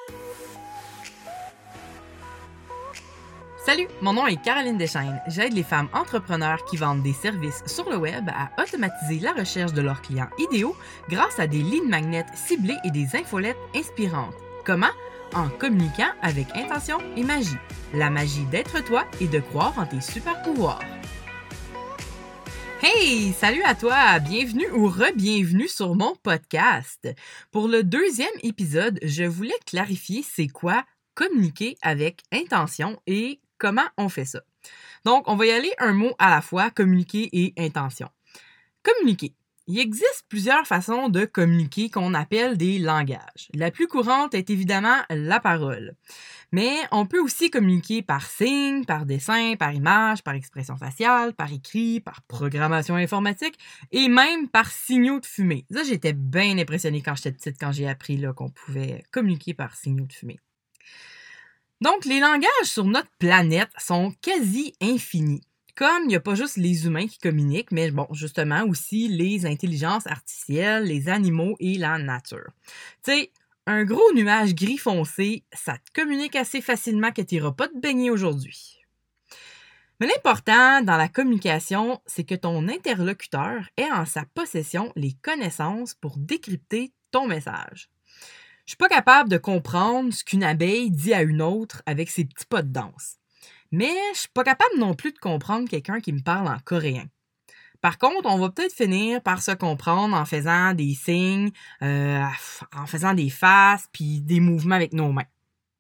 Salut, mon nom est Caroline Deschaines. J'aide les femmes entrepreneurs qui vendent des services sur le web à automatiser la recherche de leurs clients idéaux grâce à des leads magnets ciblés et des infolettes inspirantes. Comment? En communiquant avec intention et magie. La magie d'être toi et de croire en tes super pouvoirs. Hey, salut à toi! Bienvenue ou re-bienvenue sur mon podcast. Pour le deuxième épisode, je voulais clarifier c'est quoi communiquer avec intention et comment on fait ça. Donc, on va y aller un mot à la fois, communiquer et intention. Communiquer. Il existe plusieurs façons de communiquer qu'on appelle des langages. La plus courante est évidemment la parole. Mais on peut aussi communiquer par signe, par dessin, par image, par expression faciale, par écrit, par programmation informatique et même par signaux de fumée. Ça, j'étais bien impressionnée quand j'étais petite, quand j'ai appris qu'on pouvait communiquer par signaux de fumée. Donc, les langages sur notre planète sont quasi infinis. Comme il n'y a pas juste les humains qui communiquent, mais bon, justement aussi les intelligences artificielles, les animaux et la nature. Tu sais, un gros nuage gris foncé, ça te communique assez facilement que tu n'iras pas te baigner aujourd'hui. Mais l'important dans la communication, c'est que ton interlocuteur ait en sa possession les connaissances pour décrypter ton message. Je suis pas capable de comprendre ce qu'une abeille dit à une autre avec ses petits pas de danse. Mais je suis pas capable non plus de comprendre quelqu'un qui me parle en coréen. Par contre, on va peut-être finir par se comprendre en faisant des signes, en faisant des faces, puis des mouvements avec nos mains.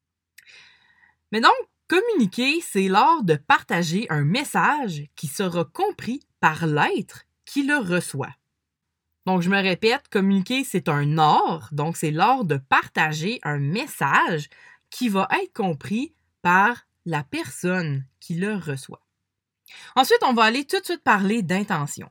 Mais donc, communiquer, c'est l'art de partager un message qui sera compris par l'être qui le reçoit. Donc, je me répète, communiquer, c'est un art, donc c'est l'art de partager un message qui va être compris par la personne qui le reçoit. Ensuite, on va aller tout de suite parler d'intention.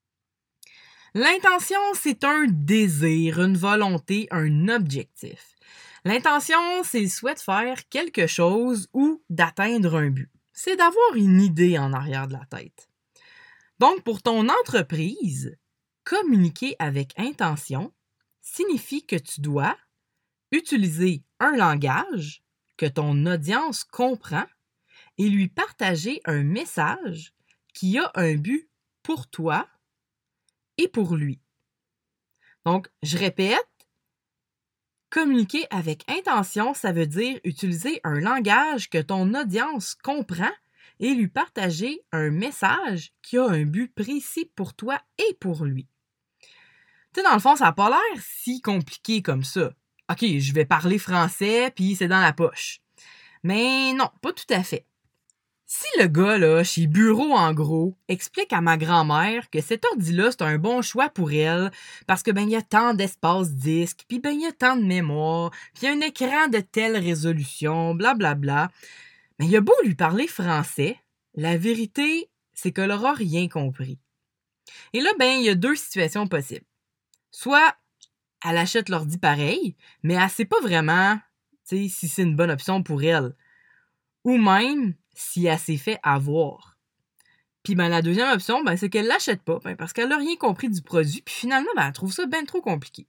L'intention, c'est un désir, une volonté, un objectif. L'intention, c'est le souhait de faire quelque chose ou d'atteindre un but. C'est d'avoir une idée en arrière de la tête. Donc, pour ton entreprise, communiquer avec intention signifie que tu dois utiliser un langage que ton audience comprend et lui partager un message qui a un but pour toi et pour lui. Donc, je répète, communiquer avec intention, ça veut dire utiliser un langage que ton audience comprend et lui partager un message qui a un but précis pour toi et pour lui. Tu sais, dans le fond, ça n'a pas l'air si compliqué comme ça. OK, je vais parler français, puis c'est dans la poche. Mais non, pas tout à fait. Si le gars, là, chez Bureau en gros, explique à ma grand-mère que cet ordi-là, c'est un bon choix pour elle, parce que il y a tant d'espace disque, puis il y a tant de mémoire, puis il y a un écran de telle résolution, blablabla, mais il a beau lui parler français, la vérité, c'est qu'elle n'aura rien compris. Et là, il y a deux situations possibles. Soit elle achète l'ordi pareil, mais elle sait pas vraiment si c'est une bonne option pour elle. Ou même si elle s'est fait avoir. Puis la deuxième option, c'est qu'elle l'achète pas parce qu'elle n'a rien compris du produit, puis finalement, elle trouve ça bien trop compliqué.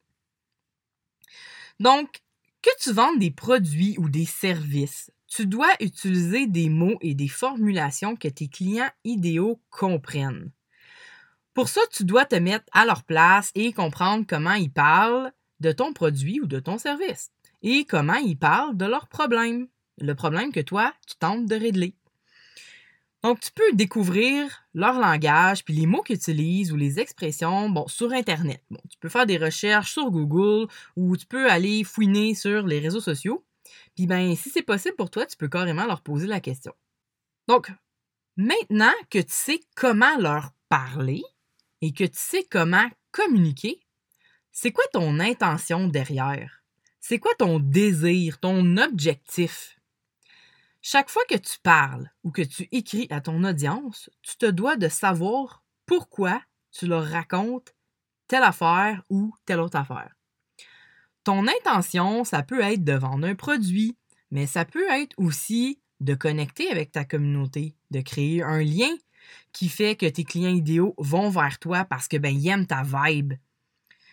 Donc, que tu vendes des produits ou des services, tu dois utiliser des mots et des formulations que tes clients idéaux comprennent. Pour ça, tu dois te mettre à leur place et comprendre comment ils parlent de ton produit ou de ton service et comment ils parlent de leurs problèmes, le problème que toi, tu tentes de régler. Donc, tu peux découvrir leur langage puis les mots qu'ils utilisent ou les expressions sur Internet. Tu peux faire des recherches sur Google ou tu peux aller fouiner sur les réseaux sociaux. Puis, si c'est possible pour toi, tu peux carrément leur poser la question. Donc, maintenant que tu sais comment leur parler, et que tu sais comment communiquer, c'est quoi ton intention derrière? C'est quoi ton désir, ton objectif? Chaque fois que tu parles ou que tu écris à ton audience, tu te dois de savoir pourquoi tu leur racontes telle affaire ou telle autre affaire. Ton intention, ça peut être de vendre un produit, mais ça peut être aussi de connecter avec ta communauté, de créer un lien qui fait que tes clients idéaux vont vers toi parce que ils aiment ta vibe.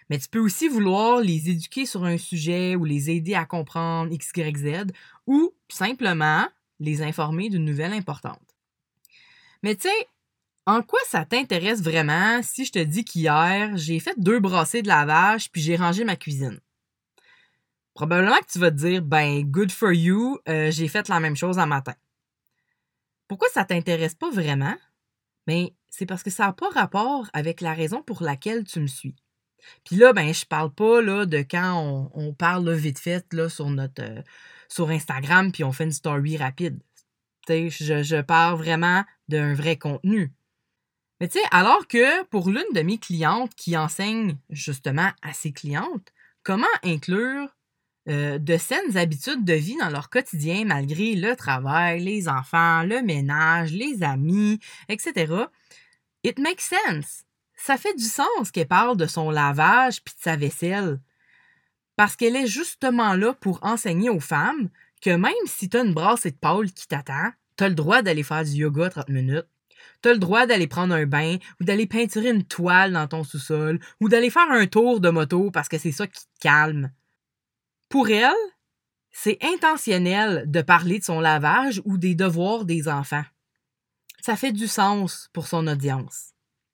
Mais tu peux aussi vouloir les éduquer sur un sujet ou les aider à comprendre X, Y, Z ou simplement les informer d'une nouvelle importante. Mais tu sais, en quoi ça t'intéresse vraiment si je te dis qu'hier, j'ai fait 2 brassées de lavage puis j'ai rangé ma cuisine? Probablement que tu vas te dire, ben, good for you, j'ai fait la même chose un matin. Pourquoi ça t'intéresse pas vraiment? Ben, c'est parce que ça n'a pas rapport avec la raison pour laquelle tu me suis. Puis là, ben, je parle pas là, de quand on parle là, vite fait là, sur Instagram puis on fait une story rapide. Tu sais, je parle vraiment d'un vrai contenu. Mais tu sais, alors que pour l'une de mes clientes qui enseigne justement à ses clientes, comment inclure de saines habitudes de vie dans leur quotidien malgré le travail, les enfants, le ménage, les amis, etc. It makes sense. Ça fait du sens qu'elle parle de son lavage puis de sa vaisselle. Parce qu'elle est justement là pour enseigner aux femmes que même si t'as une brassée de pâle qui t'attend, t'as le droit d'aller faire du yoga 30 minutes. T'as le droit d'aller prendre un bain ou d'aller peinturer une toile dans ton sous-sol ou d'aller faire un tour de moto parce que c'est ça qui te calme. Pour elle, c'est intentionnel de parler de son lavage ou des devoirs des enfants. Ça fait du sens pour son audience.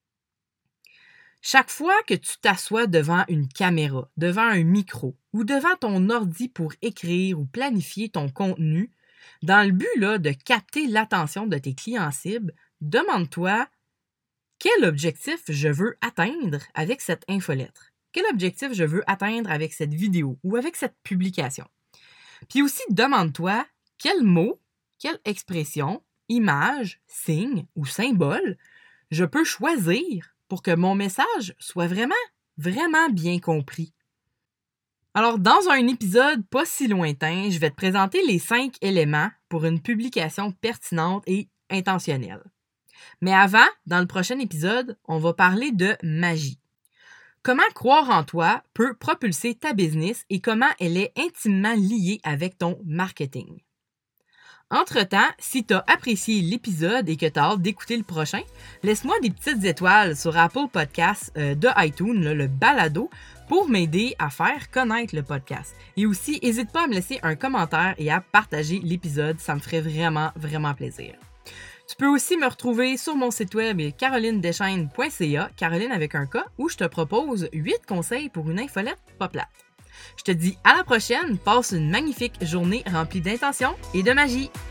Chaque fois que tu t'assois devant une caméra, devant un micro ou devant ton ordi pour écrire ou planifier ton contenu, dans le but là, de capter l'attention de tes clients cibles, demande-toi quel objectif je veux atteindre avec cette infolettre. Quel objectif je veux atteindre avec cette vidéo ou avec cette publication. Puis aussi, demande-toi quel mot, quelle expression, image, signe ou symbole je peux choisir pour que mon message soit vraiment bien compris. Alors, dans un épisode pas si lointain, je vais te présenter les 5 éléments pour une publication pertinente et intentionnelle. Mais avant, dans le prochain épisode, on va parler de magie. Comment croire en toi peut propulser ta business et comment elle est intimement liée avec ton marketing. Entre-temps, si tu as apprécié l'épisode et que tu as hâte d'écouter le prochain, laisse-moi des petites étoiles sur Apple Podcasts de iTunes, le balado, pour m'aider à faire connaître le podcast. Et aussi, n'hésite pas à me laisser un commentaire et à partager l'épisode, ça me ferait vraiment plaisir. Tu peux aussi me retrouver sur mon site web carolinedeschaines.ca, Caroline avec un K, où je te propose 8 conseils pour une infolette pas plate. Je te dis à la prochaine, passe une magnifique journée remplie d'intention et de magie.